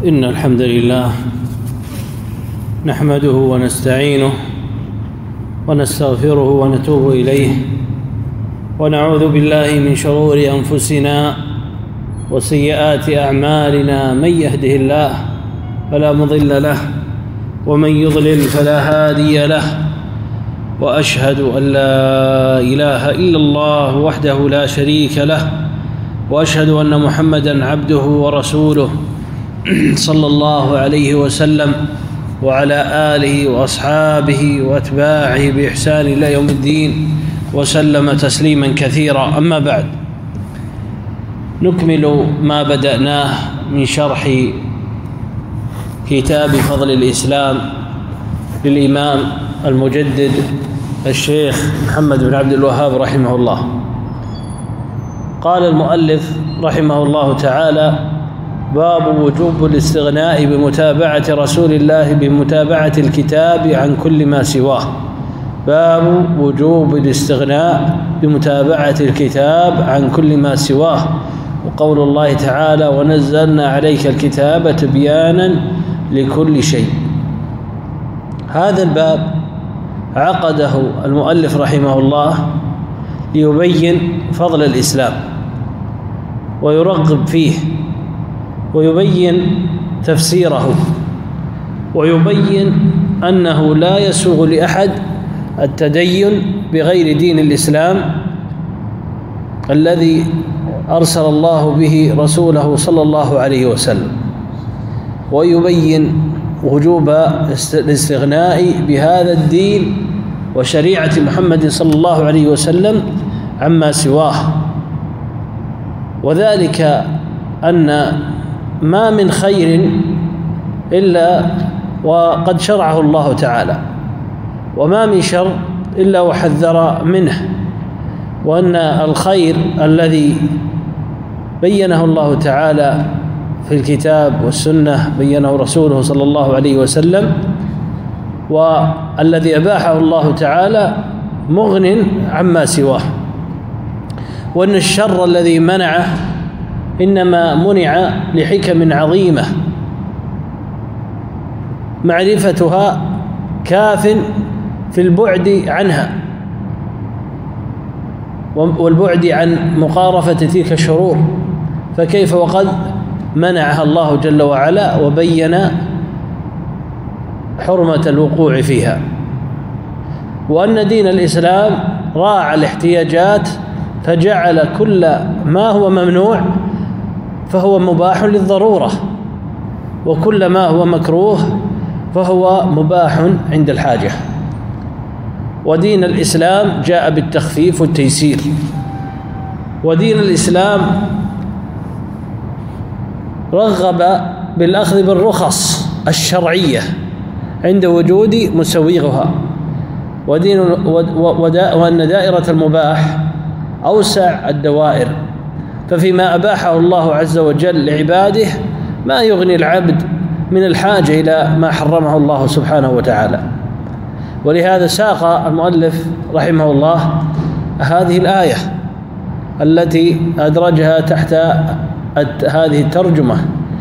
إن الحمد لله نحمده ونستعينه ونستغفره ونتوب إليه ونعوذ بالله من شرور أنفسنا وسيئات أعمالنا. من يهده الله فلا مضل له ومن يضلل فلا هادي له، وأشهد أن لا إله إلا الله وحده لا شريك له، وأشهد أن محمدًا عبده ورسوله صلى الله عليه وسلم وعلى آله وأصحابه وأتباعه بإحسان إلى يوم الدين وسلم تسليمًا كثيرا. أما بعد، نكمل ما بدأناه من شرح كتاب فضل الإسلام للإمام المجدد الشيخ محمد بن عبد الوهاب رحمه الله. قال المؤلف رحمه الله تعالى: باب وجوب الاستغناء بمتابعة رسول الله بمتابعة الكتاب عن كل ما سواه. باب وجوب الاستغناء بمتابعة الكتاب عن كل ما سواه، وقول الله تعالى: ونزلنا عليك الكتاب تبيانا لكل شيء. هذا الباب عقده المؤلف رحمه الله ليبين فضل الإسلام ويرغب فيه ويبين تفسيره ويبين أنه لا يسوغ لأحد التدين بغير دين الإسلام الذي أرسل الله به رسوله صلى الله عليه وسلم، ويبين وجوب الاستغناء بهذا الدين وشريعة محمد صلى الله عليه وسلم عما سواه، وذلك أن ما من خير إلا وقد شرعه الله تعالى، وما من شر إلا وحذر منه، وأن الخير الذي بينه الله تعالى في الكتاب والسنة بينه رسوله صلى الله عليه وسلم، والذي أباحه الله تعالى مغن عما سواه، وأن الشر الذي منعه إنما منع لحكم عظيمة معرفتها كاف في البعد عنها والبعد عن مقارفة تلك الشرور، فكيف وقد منعها الله جل وعلا وبين حرمة الوقوع فيها. وأن دين الإسلام راعى الاحتياجات فجعل كل ما هو ممنوع فهو مباح للضرورة، وكل ما هو مكروه فهو مباح عند الحاجة. ودين الإسلام جاء بالتخفيف والتيسير، ودين الإسلام رغب بالأخذ بالرخص الشرعية عند وجود مسوغها، وأن دائرة المباح أوسع الدوائر، ففيما أباحه الله عز وجل لعباده ما يغني العبد من الحاجة إلى ما حرمه الله سبحانه وتعالى. ولهذا ساق المؤلف رحمه الله هذه الآية التي أدرجها تحت هذه الترجمة،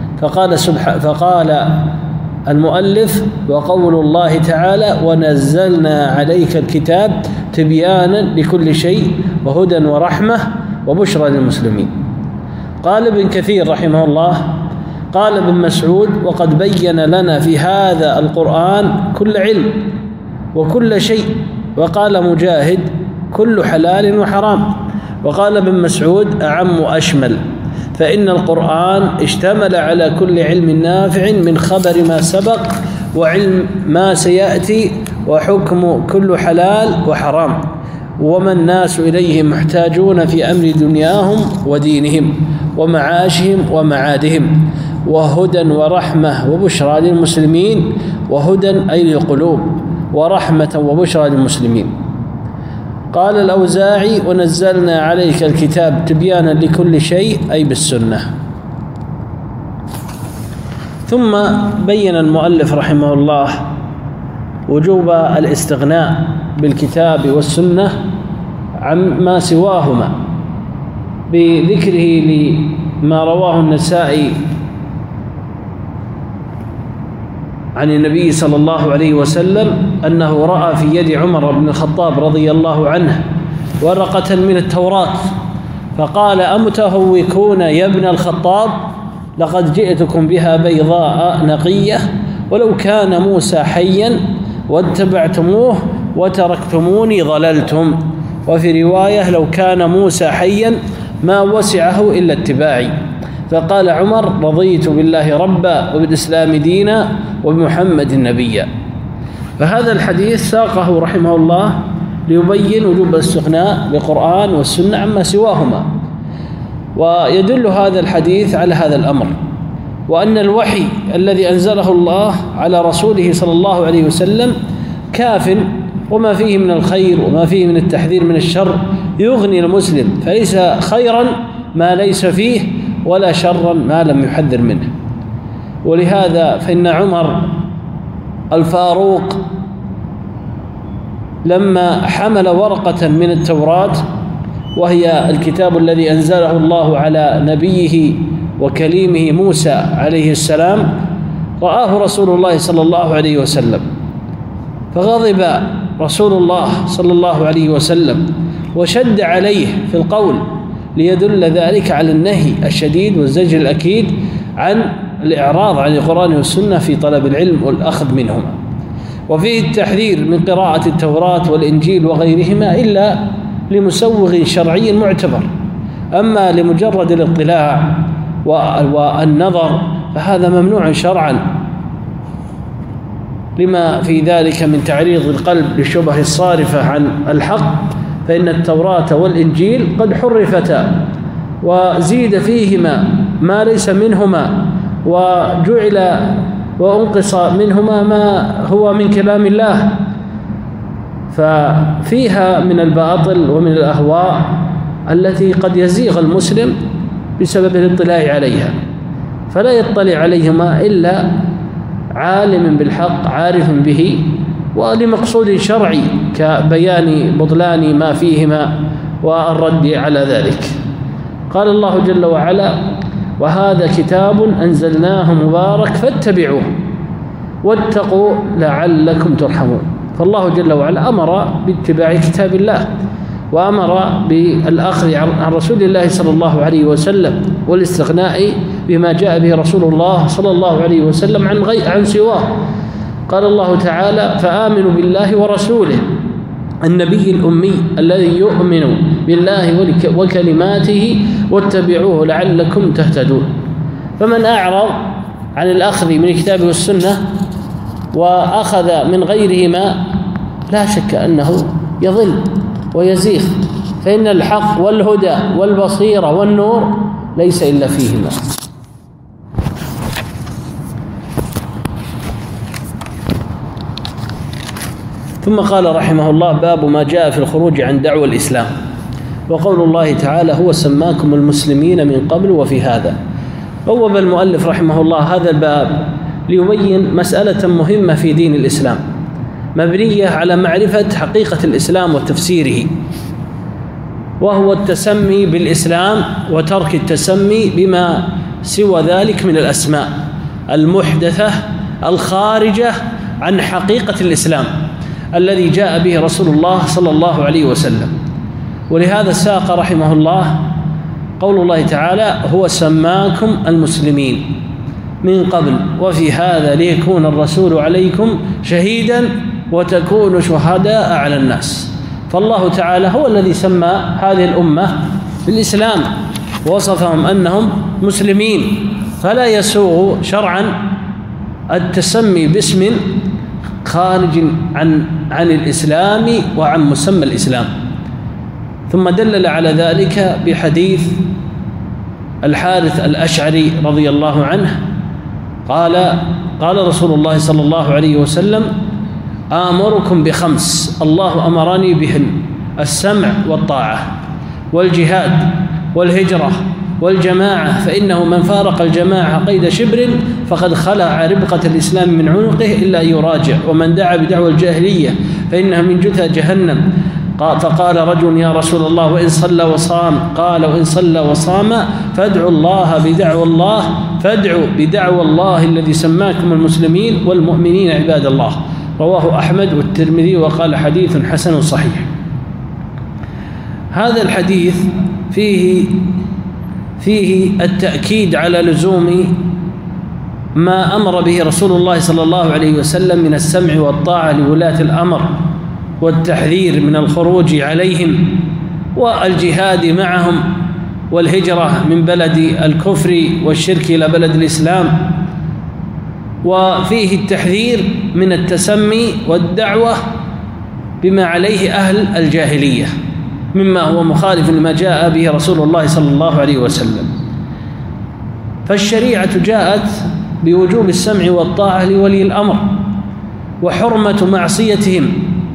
فقال المؤلف: وقول الله تعالى: ونزلنا عليك الكتاب تبيانا لكل شيء وهدى ورحمة وبشرى للمسلمين. قال ابن كثير رحمه الله: قال ابن مسعود: وقد بين لنا في هذا القرآن كل علم وكل شيء. وقال مجاهد: كل حلال وحرام. وقال ابن مسعود: أعم أشمل، فإن القرآن اشتمل على كل علم نافع من خبر ما سبق وعلم ما سيأتي وحكم كل حلال وحرام، وما الناس إليه محتاجون في أمر دنياهم ودينهم ومعاشهم ومعادهم، وهدى ورحمة وبشرى للمسلمين. وهدى أي للقلوب، ورحمة وبشرى للمسلمين. قال الأوزاعي: ونزلنا عليك الكتاب تبيانا لكل شيء، أي بالسنة. ثم بين المؤلف رحمه الله وجوب الاستغناء بالكتاب والسنة عما سواهما بذكره لما رواه النسائي عن النبي صلى الله عليه وسلم أنه رأى في يد عمر بن الخطاب رضي الله عنه ورقة من التوراة فقال: أمتهوكون يا ابن الخطاب؟ لقد جئتكم بها بيضاء نقية، ولو كان موسى حيا واتبعتموه وتركتموني ضللتم. وفي رواية: لو كان موسى حيا ما وسعه إلا اتباعي. فقال عمر: رضيت بالله ربا وبالإسلام دينا وبمحمد نبيا. فهذا الحديث ساقه رحمه الله ليبين وجوب الاستغناء بالقرآن والسنة عما سواهما، ويدل هذا الحديث على هذا الأمر، وأن الوحي الذي أنزله الله على رسوله صلى الله عليه وسلم كاف، وما فيه من الخير وما فيه من التحذير من الشر يغني المسلم، فليس خيرا ما ليس فيه ولا شرا ما لم يحذر منه. ولهذا فإن عمر الفاروق لما حمل ورقة من التوراة وهي الكتاب الذي أنزله الله على نبيه وكليمه موسى عليه السلام، رآه رسول الله صلى الله عليه وسلم، فغضب رسول الله صلى الله عليه وسلم وشد عليه في القول، ليدل ذلك على النهي الشديد والزجر الأكيد عن الإعراض عن القرآن والسنة في طلب العلم والأخذ منهما. وفيه التحذير من قراءة التوراة والإنجيل وغيرهما إلا لمسوغ شرعي معتبر، أما لمجرد الاطلاع والنظر فهذا ممنوع شرعا، لما في ذلك من تعريض القلب للشبه الصارفة عن الحق، فإن التوراة والإنجيل قد حرفتا وزيد فيهما ما ليس منهما، وجعل وأنقص منهما ما هو من كلام الله، ففيها من الباطل ومن الأهواء التي قد يزيغ المسلم بسبب الاطلاع عليها، فلا يطلع عليهما إلا عالم بالحق عارف به ولمقصود شرعي كبيان بطلان ما فيهما والرد على ذلك. قال الله جل وعلا: وهذا كتاب أنزلناه مبارك فاتبعوه واتقوا لعلكم ترحمون. فالله جل وعلا أمر باتباع كتاب الله، وأمر بالأخذ عن رسول الله صلى الله عليه وسلم والاستغناء بما جاء به رسول الله صلى الله عليه وسلم عن سواه. قال الله تعالى: فآمنوا بالله ورسوله النبي الأمي الذي يؤمن بالله وكلماته واتبعوه لعلكم تهتدون. فمن أعرض عن الأخذ من الكتاب والسنة وأخذ من غيرهما لا شك أنه يضل ويزيغ، فإن الحق والهدى والبصيرة والنور ليس إلا فيهما. ثم قال رحمه الله: باب ما جاء في الخروج عن دعوى الإسلام. وقول الله تعالى: هو سماكم المسلمين من قبل وفي هذا. بوب المؤلف رحمه الله هذا الباب ليبين مسألة مهمة في دين الإسلام، مبنية على معرفة حقيقة الإسلام وتفسيره، وهو التسمي بالإسلام وترك التسمي بما سوى ذلك من الأسماء المحدثة الخارجة عن حقيقة الإسلام الذي جاء به رسول الله صلى الله عليه وسلم. ولهذا ساق رحمه الله قول الله تعالى: هو سماكم المسلمين من قبل وفي هذا ليكون الرسول عليكم شهيدا وتكونوا شهداء على الناس. فالله تعالى هو الذي سمى هذه الأمة بالإسلام، ووصفهم أنهم مسلمين، فلا يسوغ شرعا التسمي باسم خارج عن الإسلام وعن مسمى الإسلام. ثم دلل على ذلك بحديث الحارث الأشعري رضي الله عنه قال رسول الله صلى الله عليه وسلم: آمركم بخمس الله أمرني بهن: السمع والطاعة والجهاد والهجرة والجماعة، فإنه من فارق الجماعة قيد شبر فقد خلع ربقة الإسلام من عنقه إلا أن يراجع، ومن دعا بدعوى الجاهلية فإنها من جثى فقال رجل: يا رسول الله وإن صلى وصام؟ قال: وإن صلى وصام فادعوا بدعوى الله الذي سماكم المسلمين والمؤمنين عباد الله. رواه أحمد والترمذي وقال حديث حسن صحيح. هذا الحديث فيه التأكيد على لزوم ما أمر به رسول الله صلى الله عليه وسلم من السمع والطاعة لولاة الأمر، والتحذير من الخروج عليهم، والجهاد معهم، والهجرة من بلد الكفر والشرك إلى بلد الإسلام. وفيه التحذير من التسمي والدعوة بما عليه أهل الجاهلية مما هو مخالف لما جاء به رسول الله صلى الله عليه وسلم. فالشريعة جاءت بوجوب السمع والطاعة لولي الأمر وحرمة معصيتهم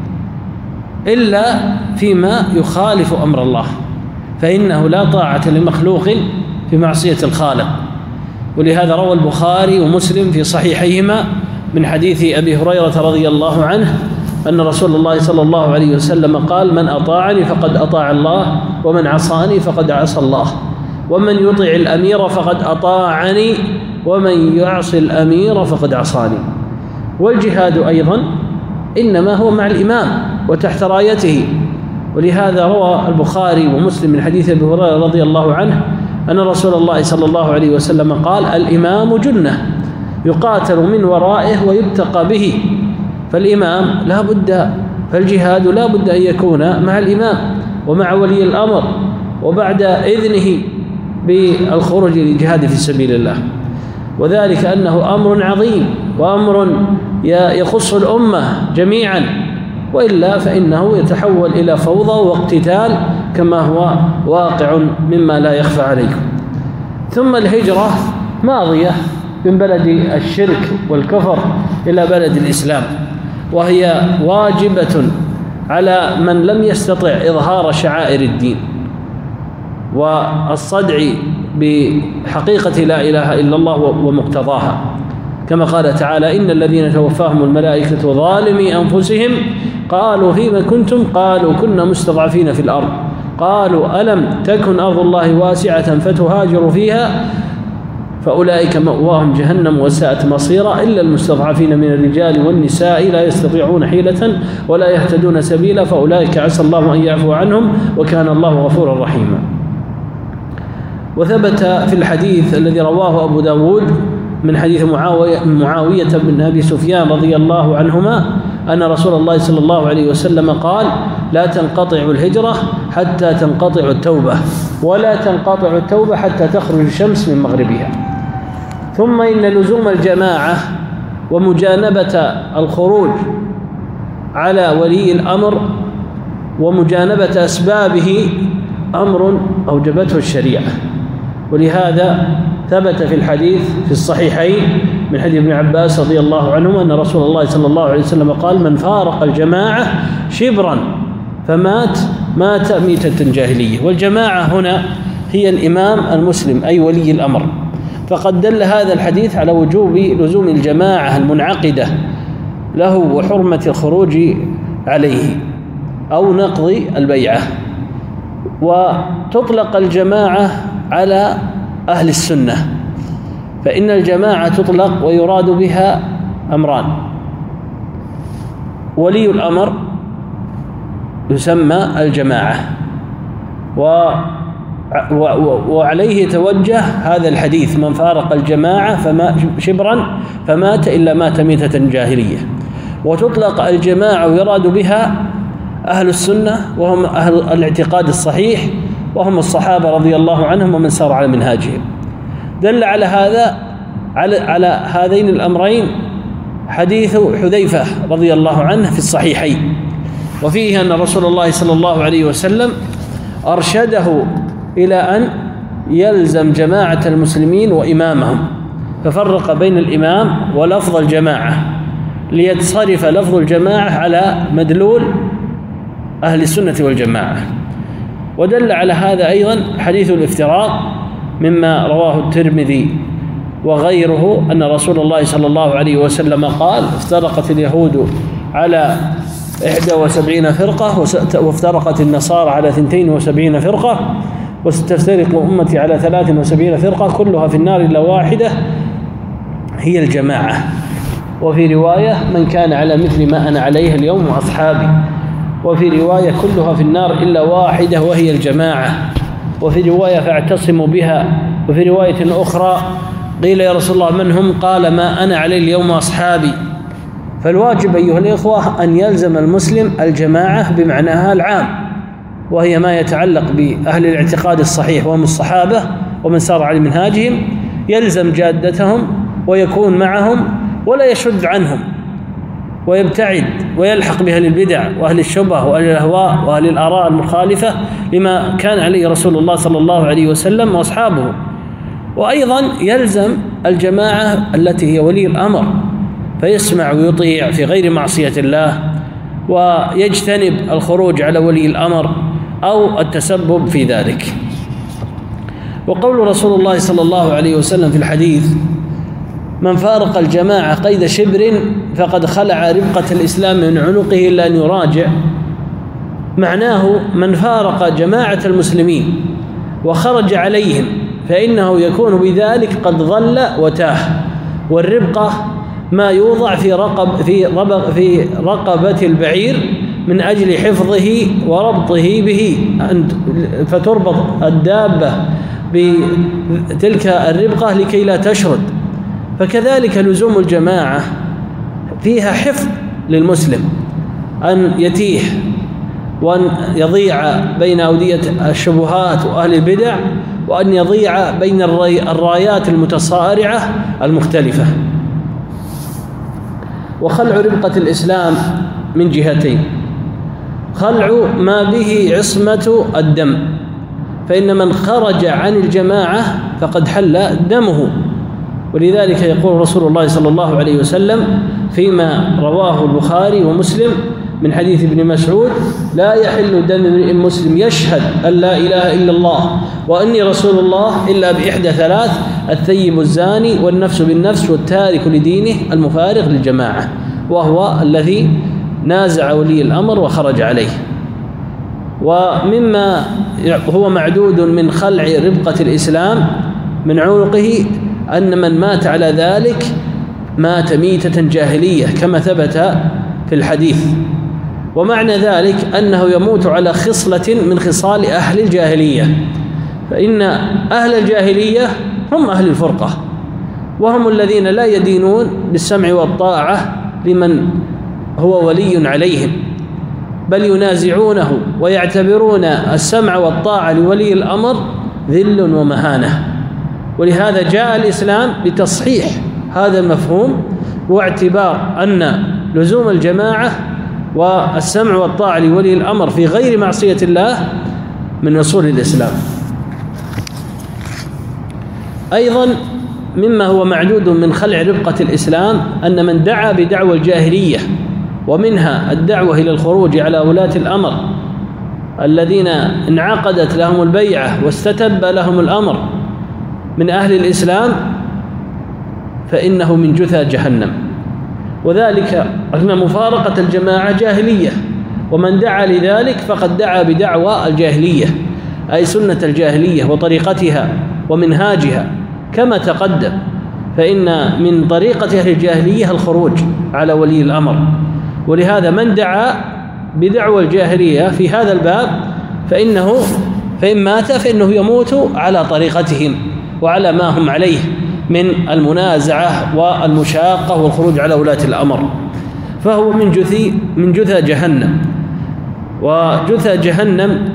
إلا فيما يخالف أمر الله، فإنه لا طاعة لمخلوق في معصية الخالق. ولهذا روى البخاري ومسلم في صحيحيهما من حديث أبي هريرة رضي الله عنه أن رسول الله صلى الله عليه وسلم قال: من أطاعني فقد أطاع الله، ومن عصاني فقد عصى الله، ومن يطع الأمير فقد أطاعني، ومن يعص الأمير فقد عصاني. والجهاد أيضا إنما هو مع الإمام وتحت رايته. ولهذا روى البخاري ومسلم من حديث أبي هريرة رضي الله عنه أن رسول الله صلى الله عليه وسلم قال: الإمام جنة يقاتل من ورائه ويبتقى به. فالإمام لا بد، فالجهاد لا بد أن يكون مع الإمام ومع ولي الأمر وبعد إذنه بالخروج للجهاد في سبيل الله. وذلك أنه أمر عظيم وأمر يخص الأمة جميعا، وإلا فإنه يتحول إلى فوضى واقتتال كما هو واقع مما لا يخفى عليكم. ثم الهجرة ماضية من بلد الشرك والكفر إلى بلد الإسلام، وهي واجبة على من لم يستطع إظهار شعائر الدين والصدع بحقيقة لا إله إلا الله ومقتضاها، كما قال تعالى: إن الذين توفاهم الملائكة ظالمي أنفسهم قالوا فيما كنتم قالوا كنا مستضعفين في الأرض قالوا ألم تكن أرض الله واسعة فتهاجروا فيها فأولئك مأواهم جهنم وساءت مصيرا إلا المستضعفين من الرجال والنساء لا يستطيعون حيلة ولا يهتدون سبيلا فأولئك عسى الله أن يعفو عنهم وكان الله غفورا رحيما. وثبت في الحديث الذي رواه أبو داود من حديث معاوية بن أبي سفيان رضي الله عنهما أن رسول الله صلى الله عليه وسلم قال: لا تنقطع الهجرة حتى تنقطع التوبة، ولا تنقطع التوبة حتى تخرج الشمس من مغربها. ثم إن لزوم الجماعة ومجانبة الخروج على ولي الأمر ومجانبة أسبابه أمر أوجبته الشريعة. ولهذا ثبت في الحديث في الصحيحين من حديث ابن عباس رضي الله عنهما أن رسول الله صلى الله عليه وسلم قال: من فارق الجماعة شبرا فمات ميتة جاهلية. والجماعة هنا هي الإمام المسلم أي ولي الأمر. فقد دل هذا الحديث على وجوب لزوم الجماعة المنعقدة له وحرمة الخروج عليه أو نقض البيعة. وتطلق الجماعة على أهل السنة، فإن الجماعة تطلق ويراد بها أمران: ولي الأمر يسمى الجماعة، وعليه يتوجه هذا الحديث: من فارق الجماعة شبرا فمات إلا مات ميتة جاهلية. وتطلق الجماعة ويراد بها أهل السنة وهم أهل الاعتقاد الصحيح وهم الصحابة رضي الله عنهم ومن سار على منهاجهم. دل على هذا على هذين الأمرين حديث حذيفة رضي الله عنه في الصحيحين، وفيه أن رسول الله صلى الله عليه وسلم أرشده إلى أن يلزم جماعة المسلمين وإمامهم، ففرق بين الإمام ولفظ الجماعة ليتصرف لفظ الجماعة على مدلول أهل السنة والجماعة. ودل على هذا أيضا حديث الافتراق مما رواه الترمذي وغيره أن رسول الله صلى الله عليه وسلم قال: افترقت اليهود على 71 فرقة وافترقت النصارى على 72 فرقة، وستفترق أمتي على 73 فرقة كلها في النار إلا واحدة هي الجماعة. وفي رواية من كان على مثل ما أنا عليه اليوم وأصحابي. وفي رواية كلها في النار إلا واحدة وهي الجماعة. وفي رواية فاعتصموا بها. وفي رواية أخرى قيل يا رسول الله من هم؟ قال ما أنا عليه اليوم وأصحابي. فالواجب أيها الإخوة أن يلزم المسلم الجماعة بمعناها العام، وهي ما يتعلق بأهل الاعتقاد الصحيح وهم الصحابة ومن سار على منهاجهم، يلزم جادتهم ويكون معهم ولا يشد عنهم ويبتعد ويلحق بأهل البدع وأهل الشبه وأهل الأهواء وأهل الآراء المخالفة لما كان عليه رسول الله صلى الله عليه وسلم وأصحابه. وأيضا يلزم الجماعة التي هي ولي الأمر، فيسمع ويطيع في غير معصية الله، ويجتنب الخروج على ولي الأمر أو التسبب في ذلك. وقول رسول الله صلى الله عليه وسلم في الحديث من فارق الجماعة قيد شبر فقد خلع ربقة الإسلام من عنقه إلا أن يراجع، معناه من فارق جماعة المسلمين وخرج عليهم فإنه يكون بذلك قد ضل وتاه. والربقة ما يوضع في رقبة البعير من أجل حفظه وربطه به، فتربط الدابة بتلك الربقة لكي لا تشرد. فكذلك لزوم الجماعة فيها حفظ للمسلم أن يتيه وأن يضيع بين أودية الشبهات وأهل البدع، وأن يضيع بين الرايات المتصارعة المختلفة. وخلع ربقة الإسلام من جهتين: خلع ما به عصمة الدم، فإن من خرج عن الجماعة فقد حل دمه، ولذلك يقول رسول الله صلى الله عليه وسلم فيما رواه البخاري ومسلم من حديث ابن مسعود: لا يحل دم امرئ مسلم يشهد أن لا إله إلا الله وأني رسول الله إلا بإحدى ثلاث: الثيب الزاني والنفس بالنفس والتارك لدينه المفارق للجماعة، وهو الذي نازع ولي الأمر وخرج عليه. ومما هو معدود من خلع ربقة الإسلام من عنقه أن من مات على ذلك مات ميتة جاهلية كما ثبت في الحديث. ومعنى ذلك أنه يموت على خصلة من خصال أهل الجاهلية، فإن أهل الجاهلية هم أهل الفرقة، وهم الذين لا يدينون بالسمع والطاعة لمن هو ولي عليهم، بل ينازعونه ويعتبرون السمع والطاعة لولي الأمر ذل ومهانة. ولهذا جاء الإسلام بتصحيح هذا المفهوم، واعتبار أن لزوم الجماعة والسمع والطاعة لولي الأمر في غير معصية الله من أصول الإسلام. أيضا مما هو معدود من خلع ربقة الإسلام أن من دعا بدعوى الجاهلية، ومنها الدعوة إلى الخروج على ولاة الأمر الذين انعقدت لهم البيعة واستتب لهم الأمر من أهل الإسلام، فإنه من جثى جهنم، وذلك أن مفارقة الجماعة جاهلية، ومن دعا لذلك فقد دعا بدعوى الجاهلية، أي سنة الجاهلية وطريقتها ومنهاجها كما تقدم. فإن من طريقة أهل الجاهلية الخروج على ولي الأمر، ولهذا من دعا بدعوى الجاهلية في هذا الباب فإن مات فإنه يموت على طريقتهم وعلى ما هم عليه من المنازعة والمشاقة والخروج على ولاة الأمر، فهو من جثى جهنم. وجثى جهنم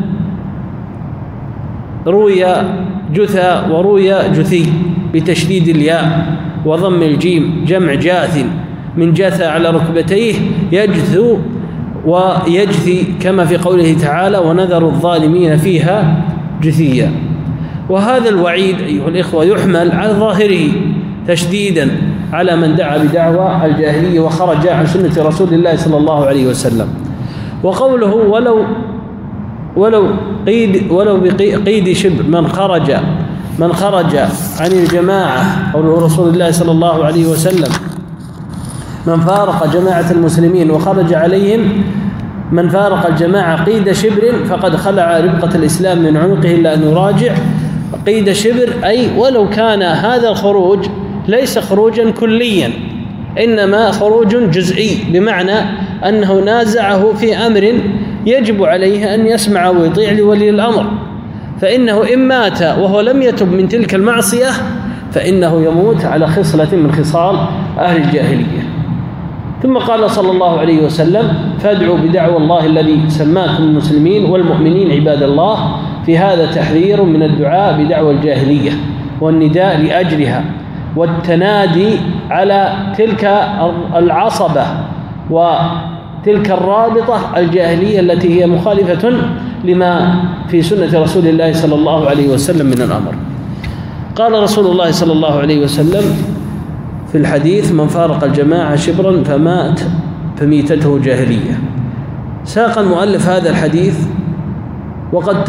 روي جثى وروي جثي بتشديد الياء وضم الجيم، جمع جاث من جثى على ركبتيه يجثو ويجثي، كما في قوله تعالى: ونذر الظالمين فيها جثيا. وهذا الوعيد أيها الإخوة يحمل على ظاهره تشديدا على من دعا بدعوى الجاهلية وخرج عن سنة رسول الله صلى الله عليه وسلم. وقوله ولو بقيد شبر، من خرج عن الجماعة، قول رسول الله صلى الله عليه وسلم: من فارق جماعة المسلمين وخرج عليهم من فارق الجماعة قيد شبر فقد خلع ربقة الإسلام من عنقه إلا أن يراجع. قيد شبر أي ولو كان هذا الخروج ليس خروجا كليا، إنما خروج جزئي، بمعنى أنه نازعه في أمر يجب عليه أن يسمع ويطيع لولي الأمر، فإنه إن مات وهو لم يتب من تلك المعصية فإنه يموت على خصلة من خصال أهل الجاهلية. ثم قال صلى الله عليه وسلم: فادعوا بدعوى الله الذي سماكم المسلمين والمؤمنين عباد الله. في هذا تحذير من الدعاء بدعوى الجاهلية والنداء لأجلها والتنادي على تلك العصبة وتلك الرابطة الجاهلية التي هي مخالفة لما في سنة رسول الله صلى الله عليه وسلم من الأمر. قال رسول الله صلى الله عليه وسلم في الحديث: من فارق الجماعة شبرا فمات فميتته جاهلية. ساق المؤلف هذا الحديث وقد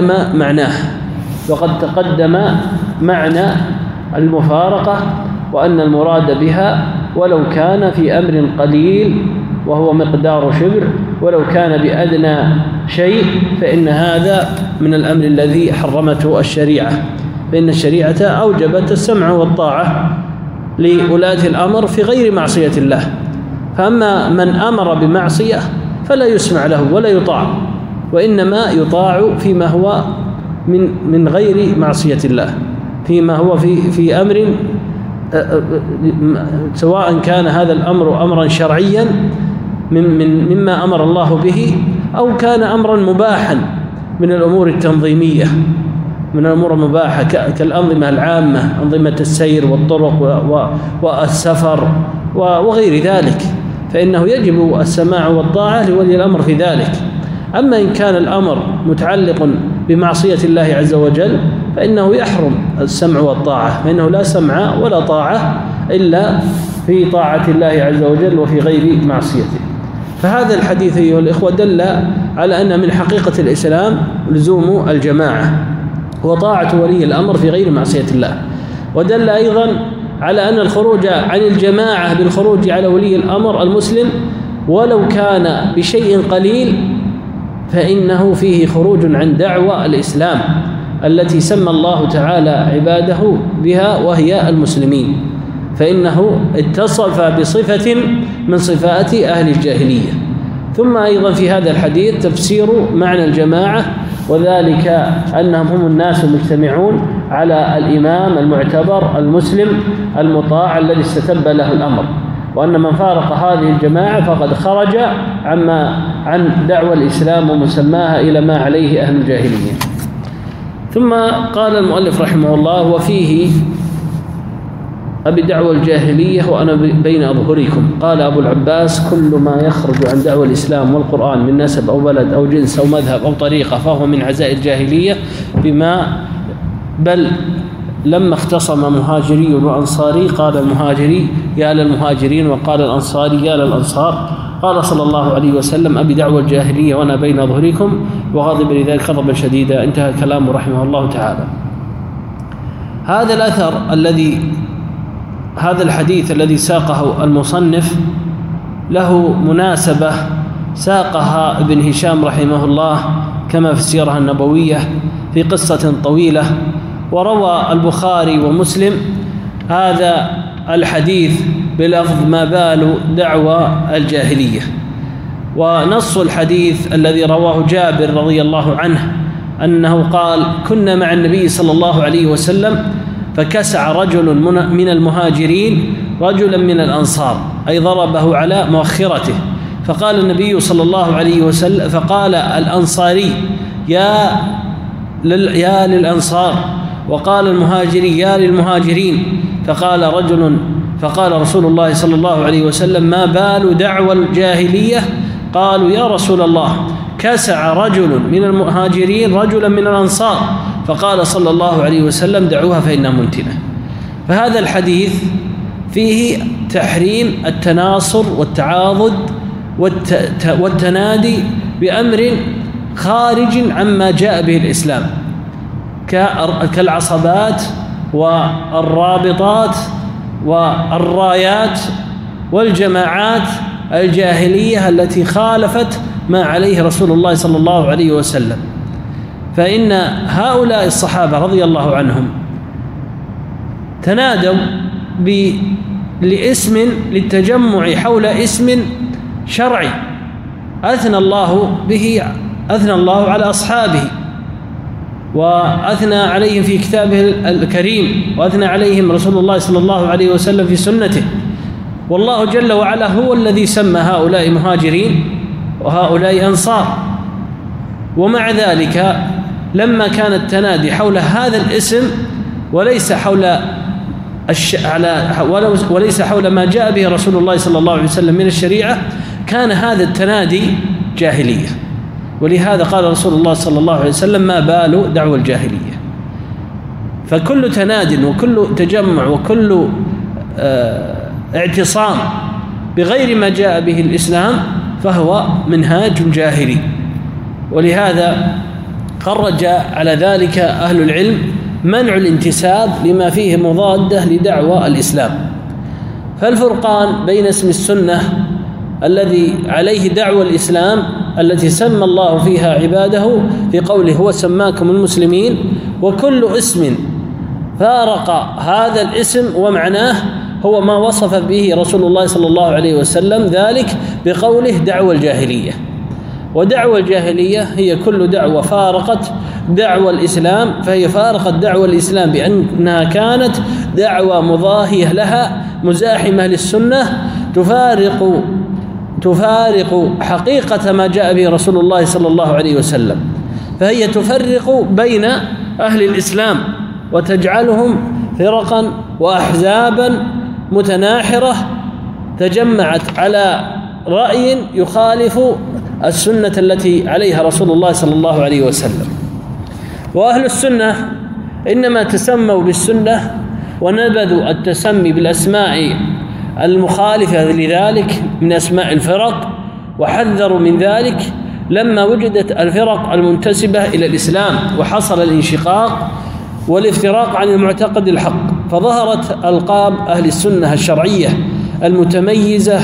تقدم معنى المفارقة، وأن المراد بها ولو كان في أمر قليل وهو مقدار شبر، ولو كان بأدنى شيء، فإن هذا من الأمر الذي حرمته الشريعة، فإن الشريعة أوجبت السمع والطاعة لولاة الأمر في غير معصية الله. فأما من أمر بمعصية فلا يسمع له ولا يطاع، وإنما يطاع فيما هو من غير معصية الله، فيما هو في أمر سواء كان هذا الأمر أمرا شرعيا مما أمر الله به، أو كان أمرا مباحا من الأمور التنظيمية، من الأمور المباحة كالأنظمة العامة، أنظمة السير والطرق والسفر وغير ذلك، فإنه يجب السماع والطاعة لولي الأمر في ذلك. أما إن كان الأمر متعلق بمعصية الله عز وجل فإنه يحرم السمع والطاعة، فإنه لا سمع ولا طاعة إلا في طاعة الله عز وجل وفي غير معصيته. فهذا الحديث أيها الإخوة دل على أن من حقيقة الإسلام لزوم الجماعة وطاعة ولي الأمر في غير معصية الله، ودل أيضا على أن الخروج عن الجماعة بالخروج على ولي الأمر المسلم ولو كان بشيء قليل فإنه فيه خروج عن دعوى الإسلام التي سمى الله تعالى عباده بها وهي المسلمين، فإنه اتصف بصفة من صفات أهل الجاهلية. ثم أيضا في هذا الحديث تفسير معنى الجماعة، وذلك أنهم هم الناس المجتمعون على الإمام المعتبر المسلم المطاع الذي استتب له الأمر، وأن من فارق هذه الجماعة فقد خرج عن دعوى الإسلام ومسماها إلى ما عليه أهل الجاهلية. ثم قال المؤلف رحمه الله: وفيه أبي دعوى الجاهلية وأنا بين أظهركم. قال أبو العباس: كل ما يخرج عن دعوى الإسلام والقرآن من نسب أو بلد أو جنس أو مذهب أو طريقة فهو من عزاء الجاهلية، بل لما اختصم مهاجري وأنصاري قال المهاجري يا للمهاجرين وقال الأنصاري يا للأنصار. قال صلى الله عليه وسلم: أبي دعوى الجاهلية وأنا بين أظهركم، وغضب لذلك غضبا شديدا. انتهى كلامه رحمه الله تعالى. هذا الأثر هذا الحديث الذي ساقه المصنف له مناسبة ساقها ابن هشام رحمه الله كما في السيرة النبوية في قصة طويلة، وروى البخاري ومسلم هذا الحديث بلفظ ما بال دعوى الجاهلية. ونص الحديث الذي رواه جابر رضي الله عنه أنه قال: كنا مع النبي صلى الله عليه وسلم فكسع رجل من المهاجرين رجلا من الأنصار، أي ضربه على مؤخرته، فقال النبي صلى الله عليه وسلم فقال الأنصاري يا للأنصار، وقال المهاجري يا للمهاجرين، فقال رسول الله صلى الله عليه وسلم: ما بال دعوى الجاهلية؟ قالوا: يا رسول الله كسع رجل من المهاجرين رجلا من الأنصار، فقال صلى الله عليه وسلم: دعوها فإنها منتنة. فهذا الحديث فيه تحريم التناصر والتعاضد والتنادي بأمر خارج عما جاء به الإسلام كالعصبات والرابطات والرايات والجماعات الجاهلية التي خالفت ما عليه رسول الله صلى الله عليه وسلم. فإن هؤلاء الصحابة رضي الله عنهم تنادوا لاسم للتجمع حول اسم شرعي أثنى الله على أصحابه وأثنى عليهم في كتابه الكريم، وأثنى عليهم رسول الله صلى الله عليه وسلم في سنته، والله جل وعلا هو الذي سمى هؤلاء مهاجرين وهؤلاء أنصار. ومع ذلك لما كان التنادي حول هذا الاسم وليس حول ما جاء به رسول الله صلى الله عليه وسلم من الشريعة، كان هذا التنادي جاهلية. ولهذا قال رسول الله صلى الله عليه وسلم: ما بال دعوى الجاهلية. فكل تناد وكل تجمع وكل اعتصام بغير ما جاء به الإسلام فهو منهاج جاهلي. ولهذا خرج على ذلك أهل العلم منع الانتساب لما فيه مضادة لدعوى الإسلام. فالفرقان بين اسم السنة الذي عليه دعوى الإسلام التي سمى الله فيها عباده في قوله: هو سماكم المسلمين، وكل اسم فارق هذا الاسم ومعناه هو ما وصف به رسول الله صلى الله عليه وسلم، ذلك بقوله دعوى الجاهلية. ودعوى الجاهلية هي كل دعوة فارقت دعوى الإسلام، فهي فارقت دعوى الإسلام بأنها كانت دعوة مضاهية لها مزاحمة للسنة، تفارق حقيقة ما جاء به رسول الله صلى الله عليه وسلم. فهي تفرق بين أهل الإسلام وتجعلهم فرقا وأحزابا متناحرة تجمعت على رأي يخالف السنة التي عليها رسول الله صلى الله عليه وسلم. وأهل السنة إنما تسموا بالسنة ونبذوا التسمي بالأسماء المخالفة لذلك من أسماء الفرق، وحذروا من ذلك لما وجدت الفرق المنتسبة إلى الإسلام وحصل الانشقاق والافتراق عن المعتقد الحق، فظهرت ألقاب أهل السنة الشرعية المميزة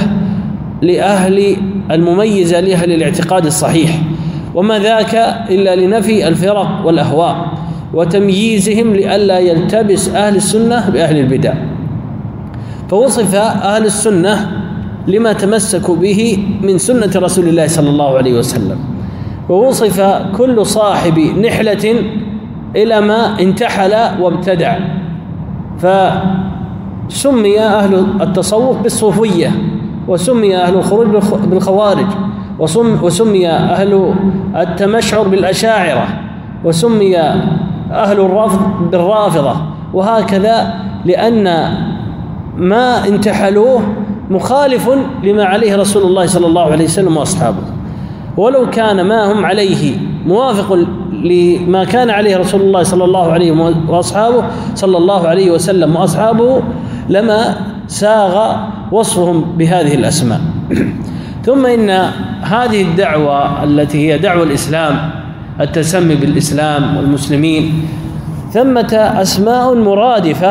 لأهل الاعتقاد الصحيح، وما ذاك إلا لنفي الفرق والأهواء وتمييزهم لئلا يلتبس أهل السنة بأهل البدع. فوصف أهل السنة لما تمسكوا به من سنة رسول الله صلى الله عليه وسلم، ووصف كل صاحب نحلة إلى ما انتحل وابتدع، فسمي أهل التصوف بالصوفية، وسمي أهل الخروج بالخوارج، وسمي أهل التمشعر بالأشاعرة، وسمي أهل الرفض بالرافضة، وهكذا، لأن ما انتحلوه مخالف لما عليه رسول الله صلى الله عليه وسلم وأصحابه. ولو كان ما هم عليه موافق لما كان عليه رسول الله صلى الله عليه وأصحابه صلى الله عليه وسلم وأصحابه لما ساغ وصفهم بهذه الأسماء. ثم إن هذه الدعوة التي هي دعوة الإسلام، التسمي بالإسلام والمسلمين، ثمة أسماء مرادفة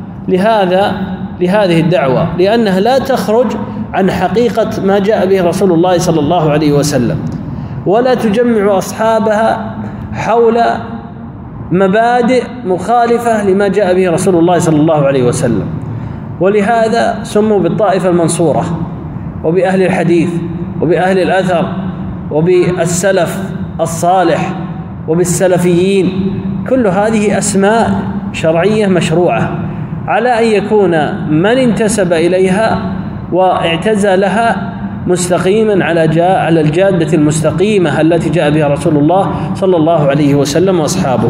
لهذه الدعوة، لأنها لا تخرج عن حقيقة ما جاء به رسول الله صلى الله عليه وسلم، ولا تجمع أصحابها حول مبادئ مخالفة لما جاء به رسول الله صلى الله عليه وسلم. ولهذا سموا بالطائفة المنصورة، وبأهل الحديث، وبأهل الأثر، وبالسلف الصالح، وبالسلفيين. كل هذه أسماء شرعية مشروعة على أن يكون من انتسب إليها واعتزلها مستقيما على الجادة المستقيمة التي جاء بها رسول الله صلى الله عليه وسلم وأصحابه.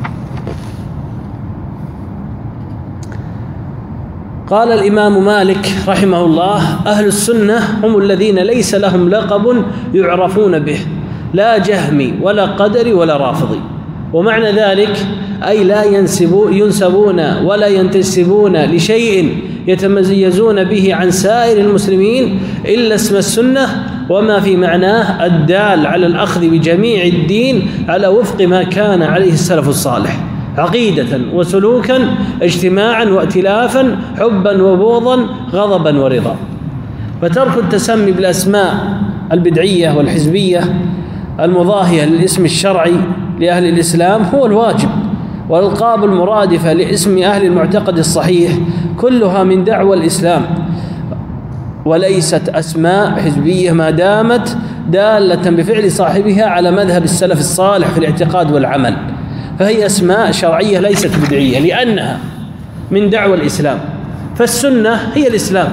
قال الإمام مالك رحمه الله: أهل السنة هم الذين ليس لهم لقب يعرفون به، لا جهمي ولا قدري ولا رافضي. ومعنى ذلك أي لا ينسبون ولا ينتسبون لشيء يتميزون به عن سائر المسلمين إلا اسم السنة وما في معناه الدال على الأخذ بجميع الدين على وفق ما كان عليه السلف الصالح، عقيدة وسلوكا، اجتماعا وائتلافا، حبا وبغضا، غضبا ورضا. فترك التسمي بالأسماء البدعية والحزبية المضاهية للاسم الشرعي لأهل الإسلام هو الواجب، والألقاب المرادفة لاسم أهل المعتقد الصحيح كلها من دعوى الإسلام، وليست أسماء حزبية ما دامت دالة بفعل صاحبها على مذهب السلف الصالح في الاعتقاد والعمل، فهي أسماء شرعية ليست بدعية لأنها من دعوى الإسلام. فالسنة هي الإسلام،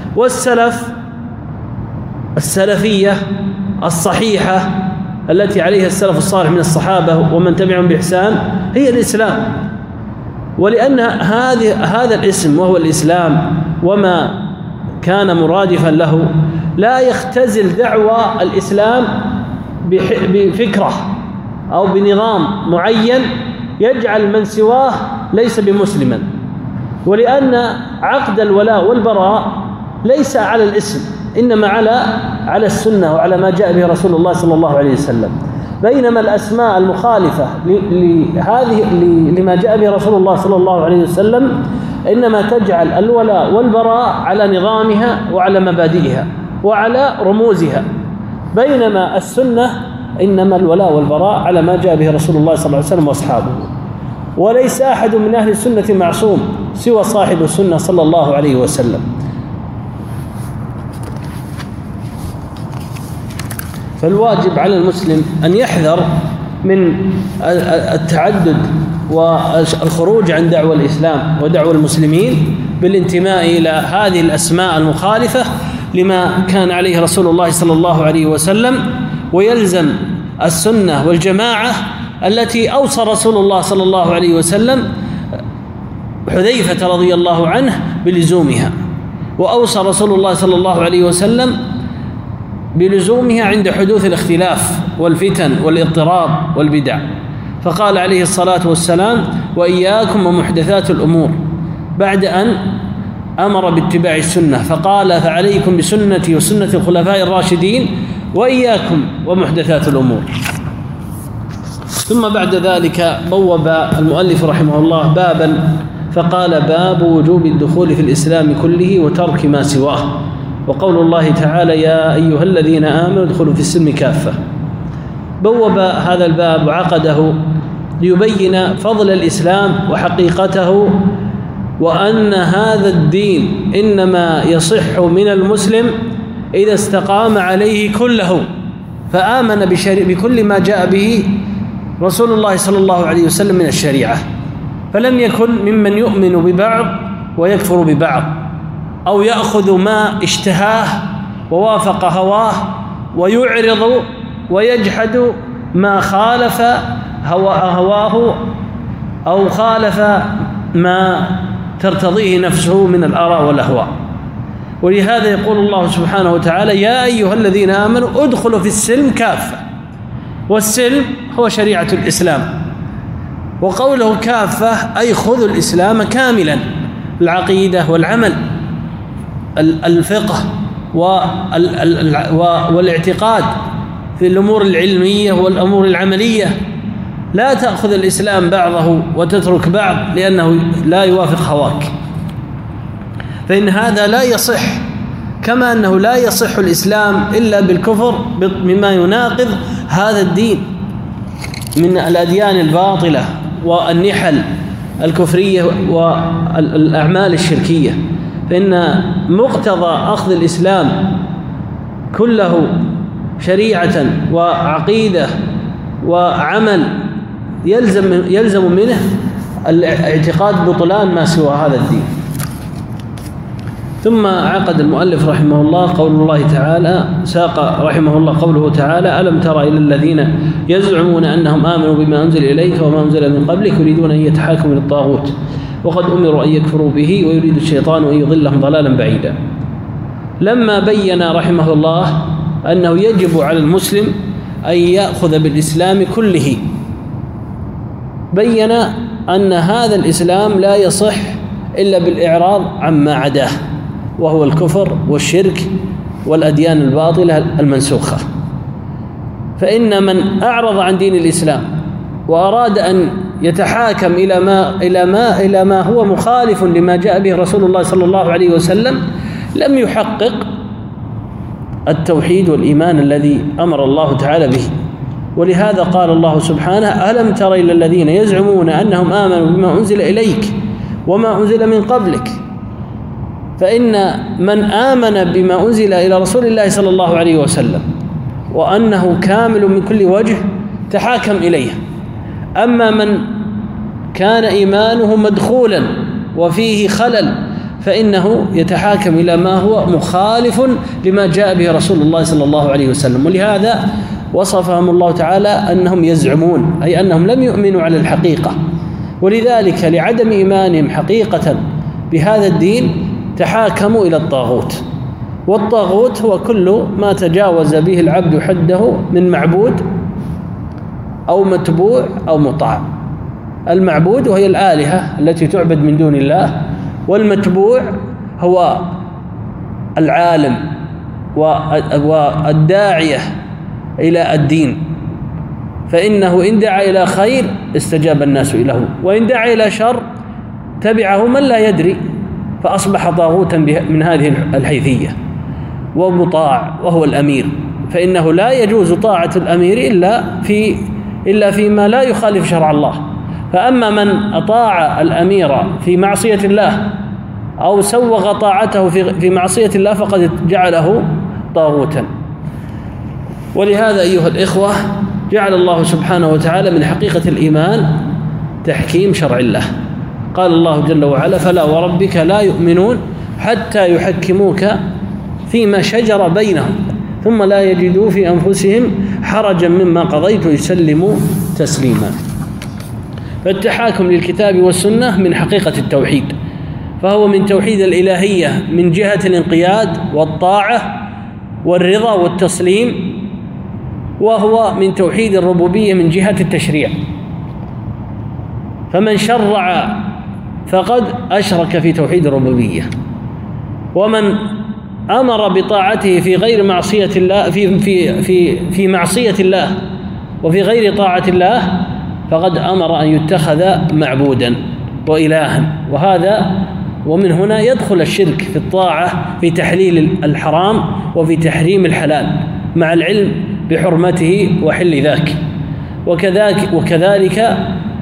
السلفية الصحيحة التي عليها السلف الصالح من الصحابة ومن تبعهم بإحسان هي الإسلام. ولأن هذا الاسم وهو الإسلام وما كان مرادفا له لا يختزل دعوى الإسلام بفكرة أو بنظام معين يجعل من سواه ليس بمسلما، ولأن عقد الولاء والبراء ليس على الاسم، إنما على السنة وعلى ما جاء به رسول الله صلى الله عليه وسلم، بينما الأسماء المخالفة لما جاء به رسول الله صلى الله عليه وسلم إنما تجعل الولاء والبراء على نظامها وعلى مبادئها وعلى رموزها، بينما السنة إنما الولاء والبراء على ما جاء به رسول الله صلى الله عليه وسلم وأصحابه. وليس أحد من أهل السنة معصوم سوى صاحب السنة صلى الله عليه وسلم. فالواجب على المسلم أن يحذر من التعدد والخروج عن دعوى الإسلام ودعوى المسلمين بالانتماء إلى هذه الأسماء المخالفة لما كان عليه رسول الله صلى الله عليه وسلم، ويلزم السنة والجماعة التي أوصى رسول الله صلى الله عليه وسلم حذيفة رضي الله عنه بلزومها، وأوصى رسول الله صلى الله عليه وسلم بلزومها عند حدوث الاختلاف والفتن والاضطراب والبدع، فقال عليه الصلاة والسلام: وإياكم ومحدثات الأمور، بعد أن أمر باتباع السنة فقال: فعليكم بسنتي وسنة الخلفاء الراشدين وإياكم ومحدثات الأمور. ثم بعد ذلك بوب المؤلف رحمه الله بابا فقال: باب وجوب الدخول في الإسلام كله وترك ما سواه، وقول الله تعالى: يا أيها الذين آمنوا ادخلوا في السلم كافة. بوب هذا الباب وعقده ليبين فضل الإسلام وحقيقته، وأن هذا الدين إنما يصح من المسلم إذا استقام عليه كله، فآمن بكل ما جاء به رسول الله صلى الله عليه وسلم من الشريعة، فلم يكن ممن يؤمن ببعض ويكفر ببعض، أو يأخذ ما اشتهاه ووافق هواه ويعرض ويجحد ما خالف هواه أو خالف ما ترتضيه نفسه من الآراء والأهواء. ولهذا يقول الله سبحانه وتعالى: يا أيها الذين آمنوا ادخلوا في السلم كافة، والسلم هو شريعة الإسلام، وقوله كافة أي خذوا الإسلام كاملا، العقيدة والعمل، الفقه والاعتقاد في الأمور العلمية والأمور العملية، لا تأخذ الإسلام بعضه وتترك بعض لأنه لا يوافق هواك، فإن هذا لا يصح، كما أنه لا يصح الإسلام إلا بالكفر مما يناقض هذا الدين من الأديان الباطلة والنحل الكفرية والأعمال الشركية. فإن مقتضى أخذ الإسلام كله شريعة وعقيدة وعمل يلزم منه الاعتقاد بطلان ما سوى هذا الدين. ثم عقد المؤلف رحمه الله قول الله تعالى، ساق رحمه الله قوله تعالى: ألم تر إلى الذين يزعمون أنهم آمنوا بما أنزل إليك وما أنزل من قبلك يريدون أن يتحاكموا للطاغوت وقد أمروا أن يكفروا به ويريد الشيطان أن يضلهم ضلالا بعيدا. لما بين رحمه الله أنه يجب على المسلم أن يأخذ بالإسلام كله، بين أن هذا الإسلام لا يصح إلا بالإعراض عما عداه، وهو الكفر والشرك والأديان الباطلة المنسوخة. فإن من أعرض عن دين الإسلام وأراد أن يتحاكم إلى ما هو مخالف لما جاء به رسول الله صلى الله عليه وسلم لم يحقق التوحيد والإيمان الذي أمر الله تعالى به. ولهذا قال الله سبحانه: ألم تر إلى الذين يزعمون أنهم آمنوا بما أنزل إليك وما أنزل من قبلك. فإن من آمن بما أنزل إلى رسول الله صلى الله عليه وسلم وأنه كامل من كل وجه تحاكم إليه. أما من كان إيمانه مدخولا وفيه خلل فإنه يتحاكم إلى ما هو مخالف لما جاء به رسول الله صلى الله عليه وسلم. ولهذا وصفهم الله تعالى أنهم يزعمون، أي أنهم لم يؤمنوا على الحقيقة، ولذلك لعدم إيمانهم حقيقة بهذا الدين تحاكموا إلى الطاغوت. والطاغوت هو كل ما تجاوز به العبد حده من معبود أو متبوع أو مطاع. المعبود وهي الآلهة التي تعبد من دون الله، والمتبوع هو العالم والداعية إلى الدين، فإنه إن دعا إلى خير استجاب الناس له، وإن دعا إلى شر تبعه من لا يدري فأصبح طاغوتا من هذه الحيثية. ومطاع وهو الأمير، فإنه لا يجوز طاعة الأمير إلا فيما لا يخالف شرع الله. فأما من أطاع الأمير في معصية الله أو سوغ طاعته في معصية الله فقد جعله طاغوتا. ولهذا أيها الإخوة جعل الله سبحانه وتعالى من حقيقة الإيمان تحكيم شرع الله. قال الله جل وعلا: فلا وربك لا يؤمنون حتى يحكموك فيما شجر بينهم ثم لا يجدوا في أنفسهم حرجا مما قضيت ويسلموا تسليما. فالتحاكم للكتاب والسنة من حقيقة التوحيد، فهو من توحيد الإلهية من جهة الانقياد والطاعة والرضا والتسليم، وهو من توحيد الربوبية من جهة التشريع. فمن شرع فقد أشرك في توحيد الربوبية، ومن أمر بطاعته في غير معصية الله في معصية الله وفي غير طاعة الله فقد أمر أن يتخذ معبودا وإلها. ومن هنا يدخل الشرك في الطاعة في تحليل الحرام وفي تحريم الحلال مع العلم بحرمته وحل ذاك. وكذلك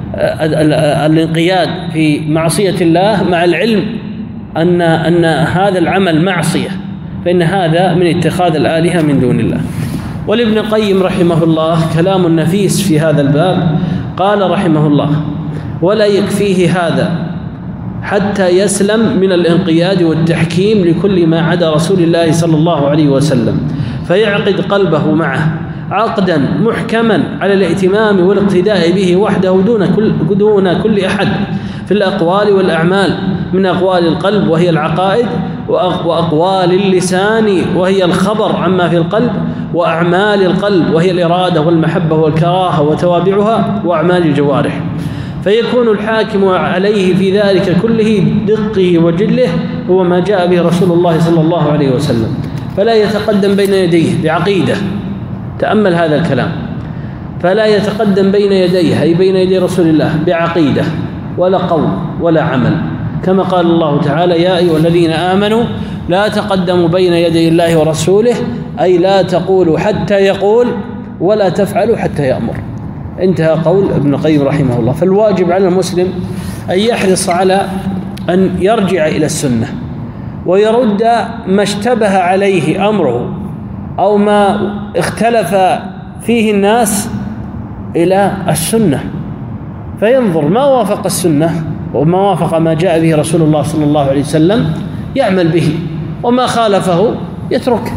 الانقياد في معصية الله مع العلم أن هذا العمل معصية، فإن هذا من اتخاذ الآلهة من دون الله. ولابن القيم رحمه الله كلام نفيس في هذا الباب. قال رحمه الله: ولا يكفيه هذا حتى يسلم من الانقياد والتحكيم لكل ما عدا رسول الله صلى الله عليه وسلم، فيعقد قلبه معه عقدا محكما على الائتمام والاقتداء به وحده دون كل أحد في الأقوال والأعمال، من أقوال القلب وهي العقائد، وأقوال اللسان وهي الخبر عما في القلب، وأعمال القلب وهي الإرادة والمحبة والكراهة وتوابعها، وأعمال الجوارح. فيكون الحاكم عليه في ذلك كله دقه وجله هو ما جاء به رسول الله صلى الله عليه وسلم، فلا يتقدم بين يديه بعقيدة. تأمل هذا الكلام: فلا يتقدم بين يديه أي بين يدي رسول الله بعقيدة ولا قول ولا عمل، كما قال الله تعالى: يا أيها الذين آمنوا لا تقدموا بين يدي الله ورسوله، أي لا تقولوا حتى يقول ولا تفعلوا حتى يأمر. انتهى قول ابن القيم رحمه الله. فالواجب على المسلم أن يحرص على أن يرجع إلى السنة ويرد ما اشتبه عليه أمره أو ما اختلف فيه الناس إلى السنة، فينظر ما وافق السنة وما وافق ما جاء به رسول الله صلى الله عليه وسلم يعمل به، وما خالفه يترك،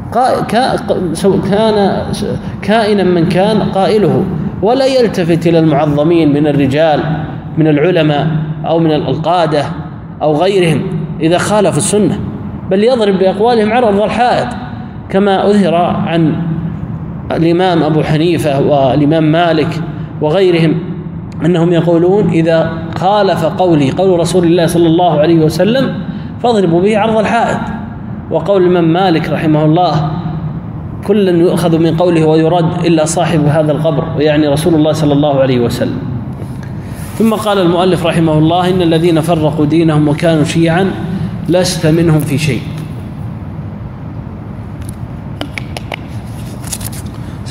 كان كائنا من كان قائله، ولا يلتفت إلى المعظمين من الرجال من العلماء أو من القادة أو غيرهم إذا خالفوا السنة، بل يضرب بأقوالهم عرض الحائط، كما أظهر عن الإمام أبو حنيفة والإمام مالك وغيرهم أنهم يقولون: إذا خالف قول رسول الله صلى الله عليه وسلم فاضربوا به عرض الحائط. وقول الإمام مالك رحمه الله: كل يؤخذ من قوله ويرد إلا صاحب هذا القبر، ويعني رسول الله صلى الله عليه وسلم. ثم قال المؤلف رحمه الله: إن الذين فرقوا دينهم وكانوا شيعا لست منهم في شيء.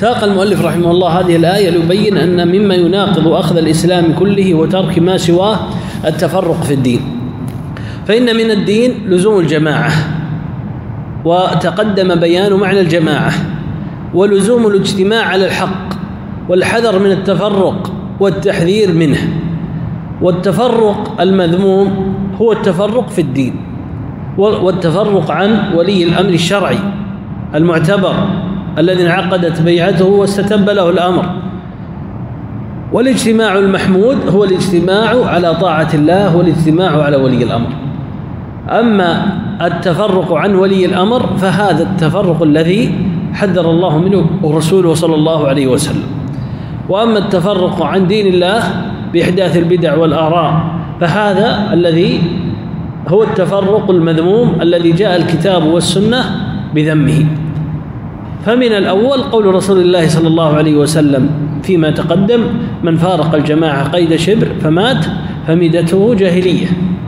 ساق المؤلف رحمه الله هذه الآية ليبين أن مما يناقض أخذ الإسلام كله وترك ما سواه التفرق في الدين، فإن من الدين لزوم الجماعة، وتقدم بيان معنى الجماعة، ولزوم الاجتماع على الحق، والحذر من التفرق والتحذير منه. والتفرق المذموم هو التفرق في الدين، والتفرق عن ولي الأمر الشرعي المعتبر الذي انعقدت بيعته واستتب له الأمر. والاجتماع المحمود هو الاجتماع على طاعة الله والاجتماع على ولي الأمر. أما التفرق عن ولي الأمر فهذا التفرق الذي حذر الله منه ورسوله صلى الله عليه وسلم. وأما التفرق عن دين الله بإحداث البدع والآراء فهذا الذي هو التفرق المذموم الذي جاء الكتاب والسنة بذمه. فمن الأول قول رسول الله صلى الله عليه وسلم فيما تقدم: من فارق الجماعة قيد شبر فمات فميدته جاهلية.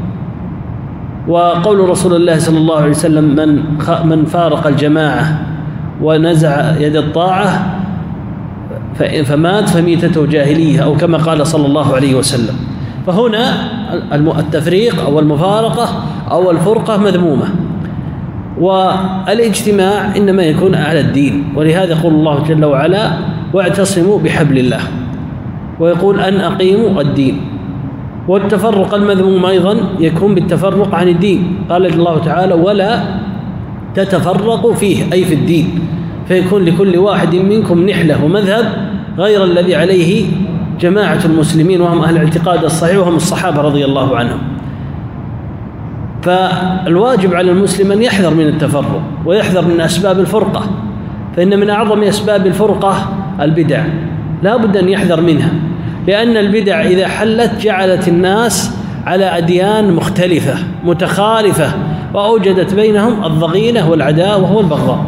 وقول رسول الله صلى الله عليه وسلم: من فارق الجماعة ونزع يد الطاعة فمات فميتته جاهلية، أو كما قال صلى الله عليه وسلم. فهنا التفريق أو المفارقة أو الفرقة مذمومة، والاجتماع إنما يكون على الدين. ولهذا يقول الله جل وعلا: واعتصموا بحبل الله، ويقول أن أقيموا الدين. والتفرق المذموم أيضا يكون بالتفرق عن الدين، قال الله تعالى: ولا تتفرقوا فيه، أي في الدين، فيكون لكل واحد منكم نحلة ومذهب غير الذي عليه جماعة المسلمين وهم أهل الاعتقاد الصحيح وهم الصحابة رضي الله عنهم. فالواجب على المسلم أن يحذر من التفرق ويحذر من أسباب الفرقة، فإن من أعظم أسباب الفرقة البدع، لا بد أن يحذر منها، لأن البدع إذا حلت جعلت الناس على أديان مختلفة متخالفة، وأوجدت بينهم الضغينة والعداوة والبغضاء.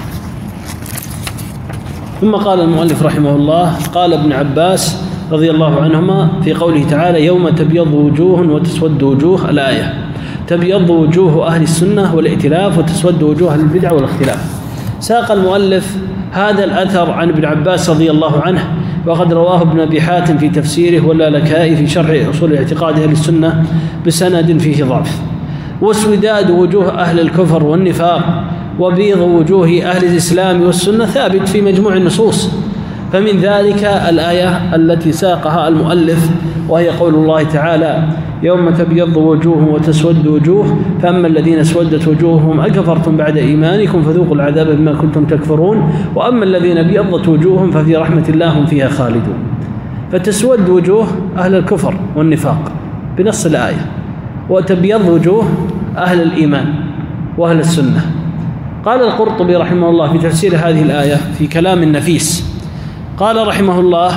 ثم قال المؤلف رحمه الله: قال ابن عباس رضي الله عنهما في قوله تعالى: يوم تبيض وجوه وتسود وجوه، الآية: تبيض وجوه أهل السنة والائتلاف، وتسود وجوه أهل البدع والاختلاف. ساق المؤلف هذا الأثر عن ابن عباس رضي الله عنه، وقد رواه ابن أبي حاتم في تفسيره واللالكائي في شرح أصول اعتقاد أهل السنة بسند فيه ضعف. واسوداد وجوه أهل الكفر والنفاق وبيض وجوه أهل الإسلام والسنة ثابت في مجموع النصوص. فمن ذلك الآية التي ساقها المؤلف، وهي قول الله تعالى: يوم تبيض وجوه وتسود وجوه، فأما الذين اسودت وجوههم أكفرتم بعد إيمانكم فذوقوا العذاب بما كنتم تكفرون، وأما الذين ابيضت وجوههم ففي رحمة الله هم فيها خالدون. فتسود وجوه أهل الكفر والنفاق بنص الآية، وتبيض وجوه أهل الإيمان وأهل السنة. قال القرطبي رحمه الله في تفسير هذه الآية في كلام نفيس، قال رحمه الله: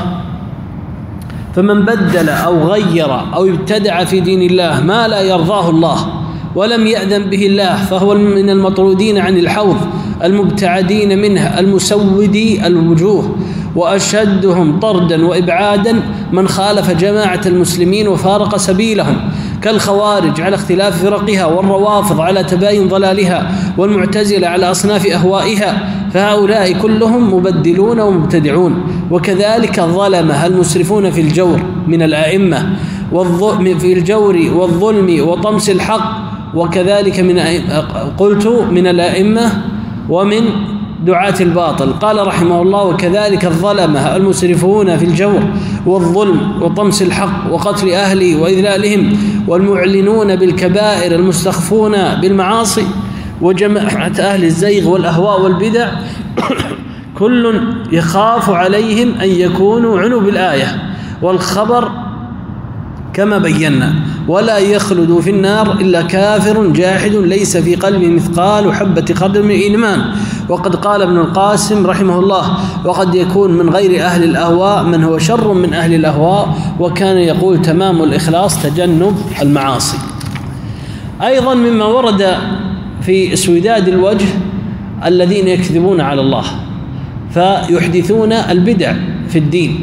فمن بدل أو غير أو ابتدع في دين الله ما لا يرضاه الله ولم يأذن به الله فهو من المطرودين عن الحوض المبتعدين منه المسودي الوجوه، وأشدهم طردا وإبعادا من خالف جماعة المسلمين وفارق سبيلهم، كالخوارج على اختلاف فرقها، والروافض على تباين ضلالها، والمعتزلة على أصناف أهوائها، فهؤلاء كلهم مبدلون ومبتدعون. وكذلك الظلمة المسرفون في الجور من الأئمة في الجور والظلم وطمس الحق، وكذلك من الأئمة ومن دعاة الباطل. قال رحمه الله: وكذلك الظلمة المسرفون في الجور والظلم وطمس الحق وقتل أهله وإذلالهم، والمعلنون بالكبائر المستخفون بالمعاصي، وجماعة أهل الزيغ والأهواء والبدع كل يخاف عليهم أن يكونوا عنوا بالآية والخبر كما بينا، ولا يخلد في النار إلا كافر جاحد ليس في قلبه مثقال حبة خردل من إيمان. وقد قال ابن القاسم رحمه الله: وقد يكون من غير أهل الأهواء من هو شر من أهل الأهواء، وكان يقول: تمام الإخلاص تجنب المعاصي. أيضا مما ورد في اسوداد الوجه الذين يكذبون على الله فيحدثون البدع في الدين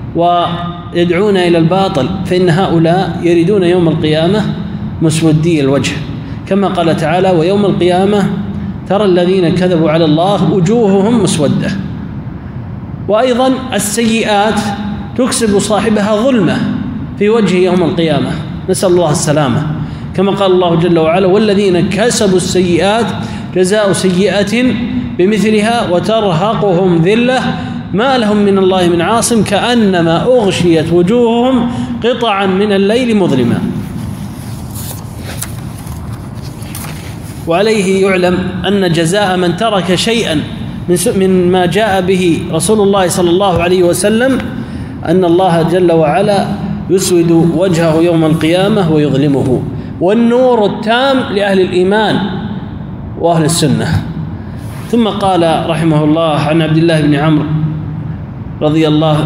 ويدعون إلى الباطل، فإن هؤلاء يريدون يوم القيامة مسودي الوجه، كما قال تعالى: ويوم القيامة ترى الذين كذبوا على الله وجوههم مسودة. وأيضا السيئات تكسب صاحبها ظلمة في وجه يوم القيامة، نسأل الله السلامة، كما قال الله جل وعلا: والذين كسبوا السيئات جزاء سيئة بمثلها وترهقهم ذلة ما لهم من الله من عاصم كأنما أغشيت وجوههم قطعا من الليل مظلما. وعليه يعلم أن جزاء من ترك شيئا من ما جاء به رسول الله صلى الله عليه وسلم أن الله جل وعلا يسود وجهه يوم القيامة ويظلمه، والنور التام لأهل الإيمان وأهل السنة. ثم قال رحمه الله عن عبد الله بن عمر رضي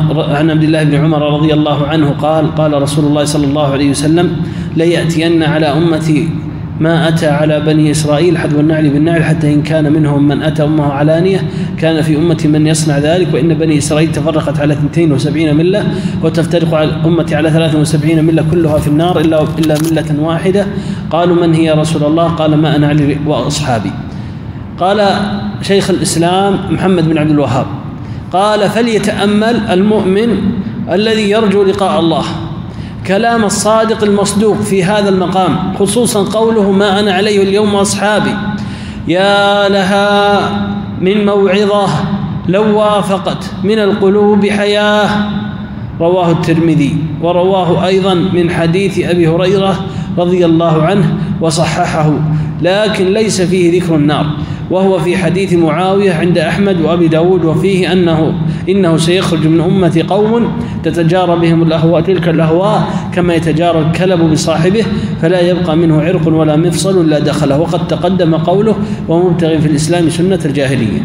الله عنه قال رسول الله صلى الله عليه وسلم: ليأتين على أمتي ما أتى على بني إسرائيل حذو النعل بالنعل، حتى إن كان منهم من أتى أمه علانية كان في أمتي من يصنع ذلك، وإن بني إسرائيل تفرقت على 72 ملة وتفترق على أمتي على 73 ملة كلها في النار إلا ملة واحدة. قالوا: من هي يا رسول الله؟ قال: ما أنا علي وأصحابي. قال شيخ الإسلام محمد بن عبد الوهاب قال: فليتأمل المؤمن الذي يرجو لقاء الله كلام الصادق المصدوق في هذا المقام، خصوصا قوله: ما أنا عليه اليوم وأصحابي. يا لها من موعظة لو وافقت من القلوب حياة. رواه الترمذي، ورواه أيضا من حديث أبي هريرة رضي الله عنه وصححه، لكن ليس فيه ذكر النار، وهو في حديث معاوية عند أحمد وأبي داود، وفيه إنه سيخرج من أمتي قوم تتجارى بهم الأهواء، تلك الأهواء كما يتجارى الكلب بصاحبه، فلا يبقى منه عرق ولا مفصل لا دخله. وقد تقدم قوله: ومبتغي في الإسلام سنة الجاهلية.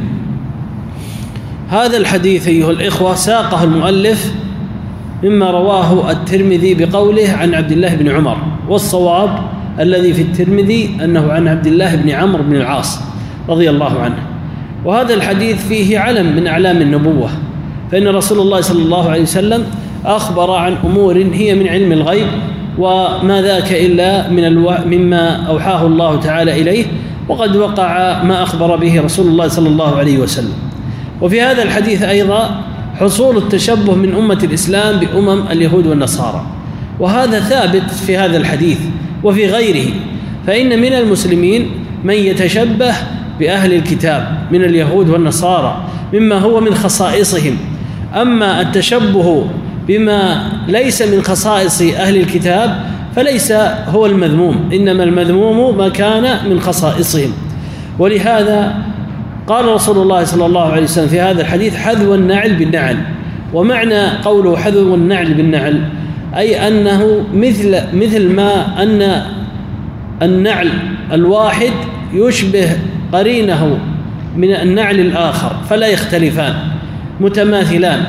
هذا الحديث أيها الإخوة ساقه المؤلف مما رواه الترمذي بقوله عن عبد الله بن عمر، والصواب الذي في الترمذي أنه عن عبد الله بن عمرو بن العاص رضي الله عنه. وهذا الحديث فيه علم من أعلام النبوة، فإن رسول الله صلى الله عليه وسلم أخبر عن أمور هي من علم الغيب، وما ذاك إلا مما أوحاه الله تعالى إليه، وقد وقع ما أخبر به رسول الله صلى الله عليه وسلم. وفي هذا الحديث أيضا حصول التشبه من أمة الإسلام بأمم اليهود والنصارى، وهذا ثابت في هذا الحديث وفي غيره، فإن من المسلمين من يتشبه بأهل الكتاب من اليهود والنصارى مما هو من خصائصهم. أما التشبه بما ليس من خصائص أهل الكتاب فليس هو المذموم، إنما المذموم ما كان من خصائصهم. ولهذا قال رسول الله صلى الله عليه وسلم في هذا الحديث: حذو النعل بالنعل. ومعنى قوله حذو النعل بالنعل أي أنه مثل ما أن النعل الواحد يشبه قرينه من النعل الآخر فلا يختلفان، متماثلان،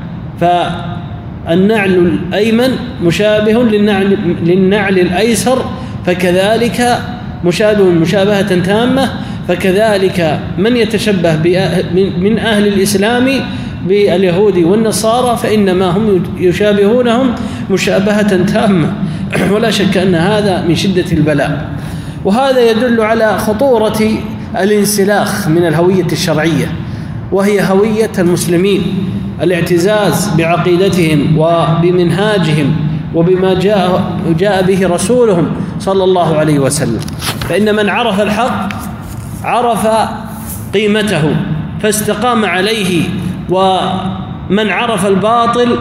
فالنعل الأيمن مشابه للنعل الأيسر، فكذلك مشابه مشابهة تامة. فكذلك من يتشبه من أهل الإسلام باليهود والنصارى فإنما هم يشابهونهم مشابهة تامة، ولا شك أن هذا من شدة البلاء. وهذا يدل على خطورة الانسلاخ من الهوية الشرعية، وهي هوية المسلمين، الاعتزاز بعقيدتهم وبمنهاجهم وبما جاء به رسولهم صلى الله عليه وسلم. فإن من عرف الحق عرف قيمته فاستقام عليه، ومن عرف الباطل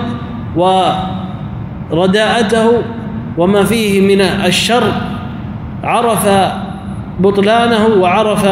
ورداءته وما فيه من الشر عرف بطلانه، وعرف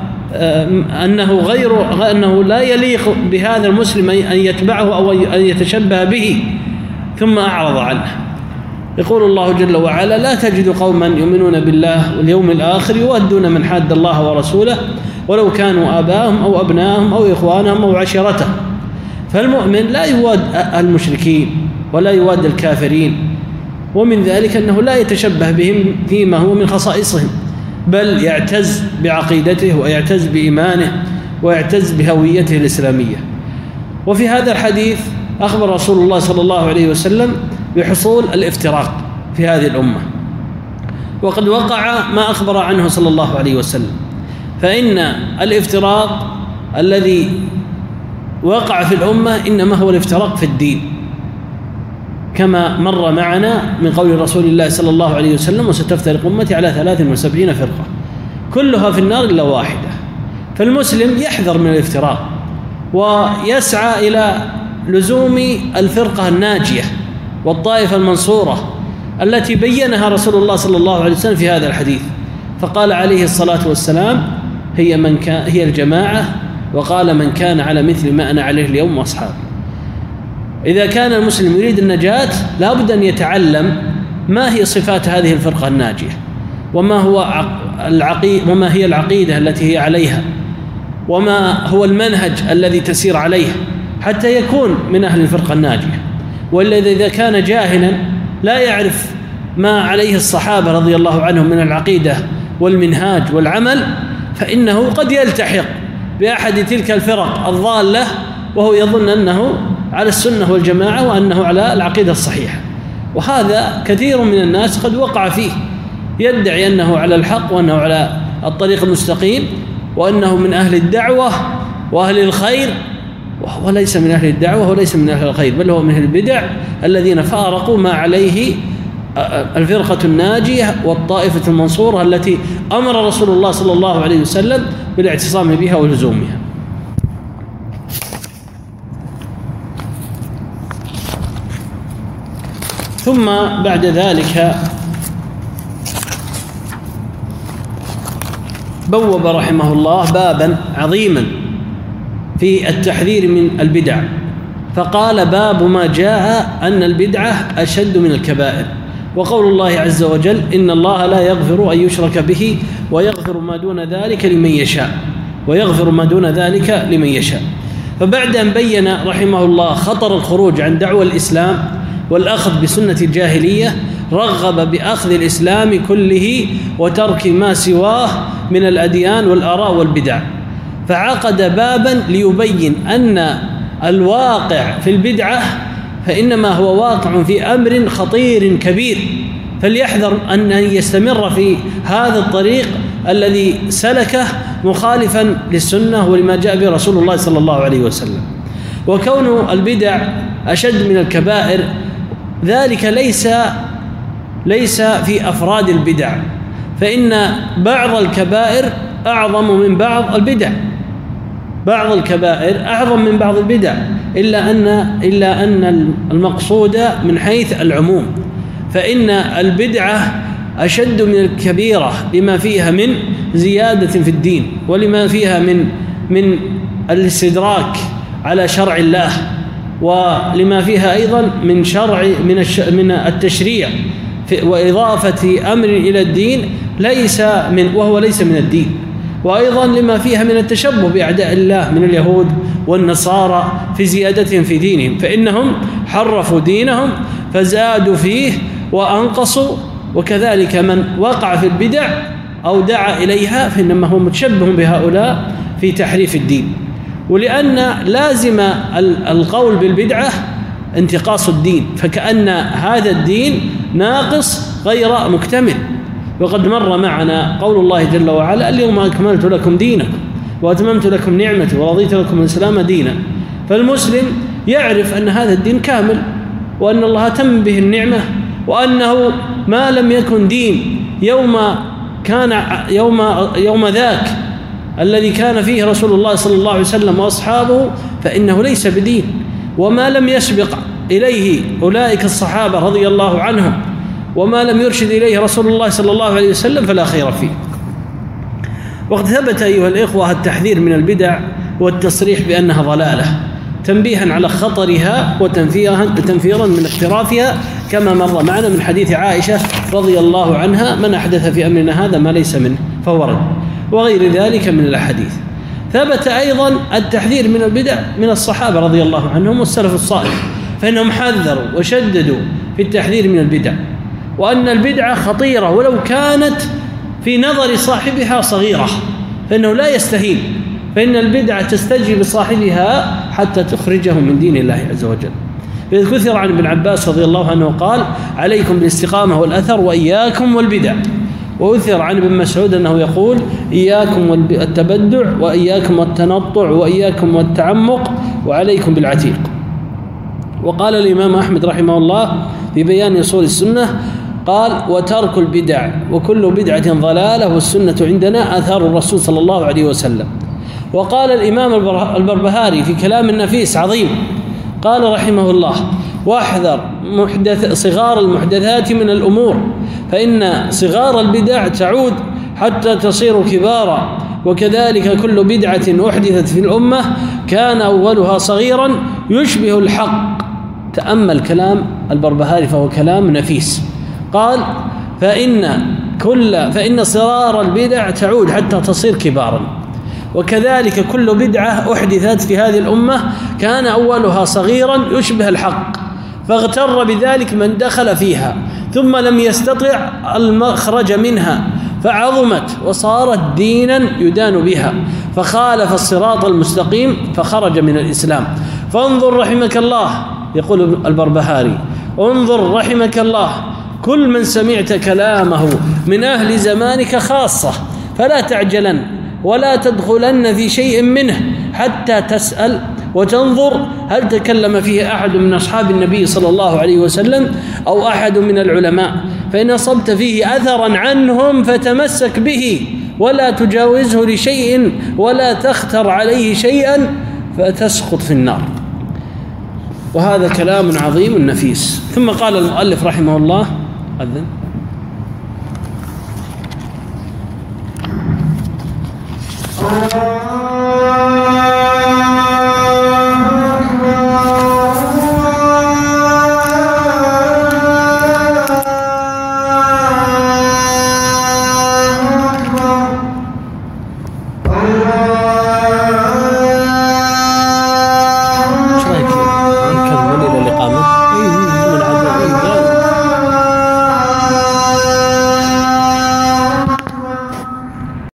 أنه لا يليق بهذا المسلم أن يتبعه أو أن يتشبه به، ثم أعرض عنه. يقول الله جل وعلا: لا تجد قوما يؤمنون بالله واليوم الآخر يودون من حاد الله ورسوله ولو كانوا آباءهم أو أبناءهم أو إخوانهم أو عشيرتهم. فالمؤمن لا يواد المشركين ولا يواد الكافرين، ومن ذلك أنه لا يتشبه بهم فيما هو من خصائصهم، بل يعتز بعقيدته ويعتز بإيمانه ويعتز بهويته الإسلامية. وفي هذا الحديث أخبر رسول الله صلى الله عليه وسلم بحصول الافتراق في هذه الأمة، وقد وقع ما أخبر عنه صلى الله عليه وسلم. فإن الافتراق الذي وقع في الأمة إنما هو الافتراق في الدين، كما مر معنا من قول رسول الله صلى الله عليه وسلم: وستفترق أمتي على 73 فرقة كلها في النار إلا واحدة. فالمسلم يحذر من الافتراق ويسعى إلى لزوم الفرقة الناجية والطائفة المنصورة التي بينها رسول الله صلى الله عليه وسلم في هذا الحديث، فقال عليه الصلاة والسلام: هي الجماعة، وقال: من كان على مثل ما أنا عليه اليوم وأصحابي. إذا كان المسلم يريد النجاة لا بد أن يتعلم ما هي صفات هذه الفرقة الناجية، وما هي العقيدة التي هي عليها، وما هو المنهج الذي تسير عليه حتى يكون من أهل الفرقة الناجية. والذي إذا كان جاهلا لا يعرف ما عليه الصحابة رضي الله عنهم من العقيدة والمنهاج والعمل، فإنه قد يلتحق بأحد تلك الفرق الضالة وهو يظن أنه على السنة والجماعة وأنه على العقيدة الصحيحة. وهذا كثير من الناس قد وقع فيه، يدعي أنه على الحق وأنه على الطريق المستقيم وأنه من أهل الدعوة وأهل الخير، وهو ليس من أهل الدعوة وليس من أهل الخير، بل هو من أهل البدع الذين فارقوا ما عليه الفرقة الناجية والطائفة المنصورة التي أمر رسول الله صلى الله عليه وسلم بالاعتصام بها ولزومها. ثم بعد ذلك بوب رحمه الله بابا عظيما في التحذير من البدع، فقال: باب ما جاء أن البدعة أشد من الكبائر، وقول الله عز وجل: إن الله لا يغفر أن يشرك به ويغفر ما دون ذلك لمن يشاء فبعد أن بين رحمه الله خطر الخروج عن دعوة الإسلام والأخذ بسنة الجاهلية، رغب بأخذ الإسلام كله وترك ما سواه من الأديان والآراء والبدع، فعقد بابا ليبين أن الواقع في البدعة فإنما هو واقع في أمر خطير كبير، فليحذر أن يستمر في هذا الطريق الذي سلكه مخالفا للسنة ولما جاء به رسول الله صلى الله عليه وسلم. وكون البدع أشد من الكبائر ذلك ليس في أفراد البدع، فإن بعض الكبائر أعظم من بعض البدع، بعض الكبائر أعظم من بعض البدع، إلا أن المقصود من حيث العموم، فإن البدعة أشد من الكبيرة لما فيها من زيادة في الدين، ولما فيها من الاستدراك على شرع الله، ولما فيها أيضا من التشريع وإضافة أمر إلى الدين وهو ليس من الدين، وأيضا لما فيها من التشبه بأعداء الله من اليهود والنصارى في زيادتهم في دينهم، فإنهم حرفوا دينهم فزادوا فيه وأنقصوا. وكذلك من وقع في البدع أو دعا إليها فإنما هو متشبه بهؤلاء في تحريف الدين، ولأن لازم القول بالبدعة انتقاص الدين، فكأن هذا الدين ناقص غير مكتمل. وقد مر معنا قول الله جل وعلا: اليوم أكملت لكم دينكم وأتممت لكم نعمتي ورضيت لكم الإسلام دينا. فالمسلم يعرف أن هذا الدين كامل، وأن الله تم به النعمة، وأنه ما لم يكن دين يوم ذاك الذي كان فيه رسول الله صلى الله عليه وسلم وأصحابه فإنه ليس بدين، وما لم يسبق إليه أولئك الصحابة رضي الله عنهم وما لم يرشد إليه رسول الله صلى الله عليه وسلم فلا خير فيه. وقد ثبت أيها الإخوة التحذير من البدع والتصريح بأنها ضلالة، تنبيها على خطرها وتنفيرا من اقترافها، كما مر معنا من حديث عائشة رضي الله عنها: من أحدث في أمرنا هذا ما ليس منه فهو رد، وغير ذلك من الأحاديث. ثبت أيضا التحذير من البدع من الصحابة رضي الله عنهم والسلف الصالح، فإنهم حذروا وشددوا في التحذير من البدع، وأن البدعة خطيرة ولو كانت في نظر صاحبها صغيرة فإنه لا يستهين، فإن البدعة تستجيب صاحبها حتى تخرجه من دين الله عز وجل. إذ كثر عن ابن عباس رضي الله عنه قال: عليكم بالاستقامة والأثر وإياكم والبدع. وأثر عن ابن مسعود أنه يقول: إياكم التبدع وإياكم التنطع وإياكم والتعمق وعليكم بالعتيق. وقال الإمام أحمد رحمه الله في بيان أصول السنة قال: وترك البدع وكل بدعة ضلالة، والسنة عندنا آثار الرسول صلى الله عليه وسلم. وقال الإمام البربهاري في كلام النفيس عظيم قال رحمه الله: واحذر صغار المحدثات من الأمور، فإن صغار البدع تعود حتى تصير كبارا، وكذلك كل بدعة أحدثت في الأمة كان أولها صغيرا يشبه الحق. تأمل كلام البربهاري فهو كلام نفيس. قال: فإن صغار البدع تعود حتى تصير كبارا، وكذلك كل بدعة أحدثت في هذه الأمة كان أولها صغيرا يشبه الحق، فاغتر بذلك من دخل فيها ثم لم يستطع المخرج منها، فعظمت وصارت دينا يدان بها، فخالف الصراط المستقيم فخرج من الإسلام. فانظر رحمك الله، يقول البربهاري: انظر رحمك الله كل من سمعت كلامه من أهل زمانك خاصة، فلا تعجلن ولا تدخلن في شيء منه حتى تسأل وتنظر هل تكلم فيه أحد من أصحاب النبي صلى الله عليه وسلم أو أحد من العلماء، فإن أصبت فيه أثرا عنهم فتمسك به ولا تجاوزه لشيء ولا تختر عليه شيئا فتسقط في النار. وهذا كلام عظيم نفيس. ثم قال المؤلف رحمه الله: أذن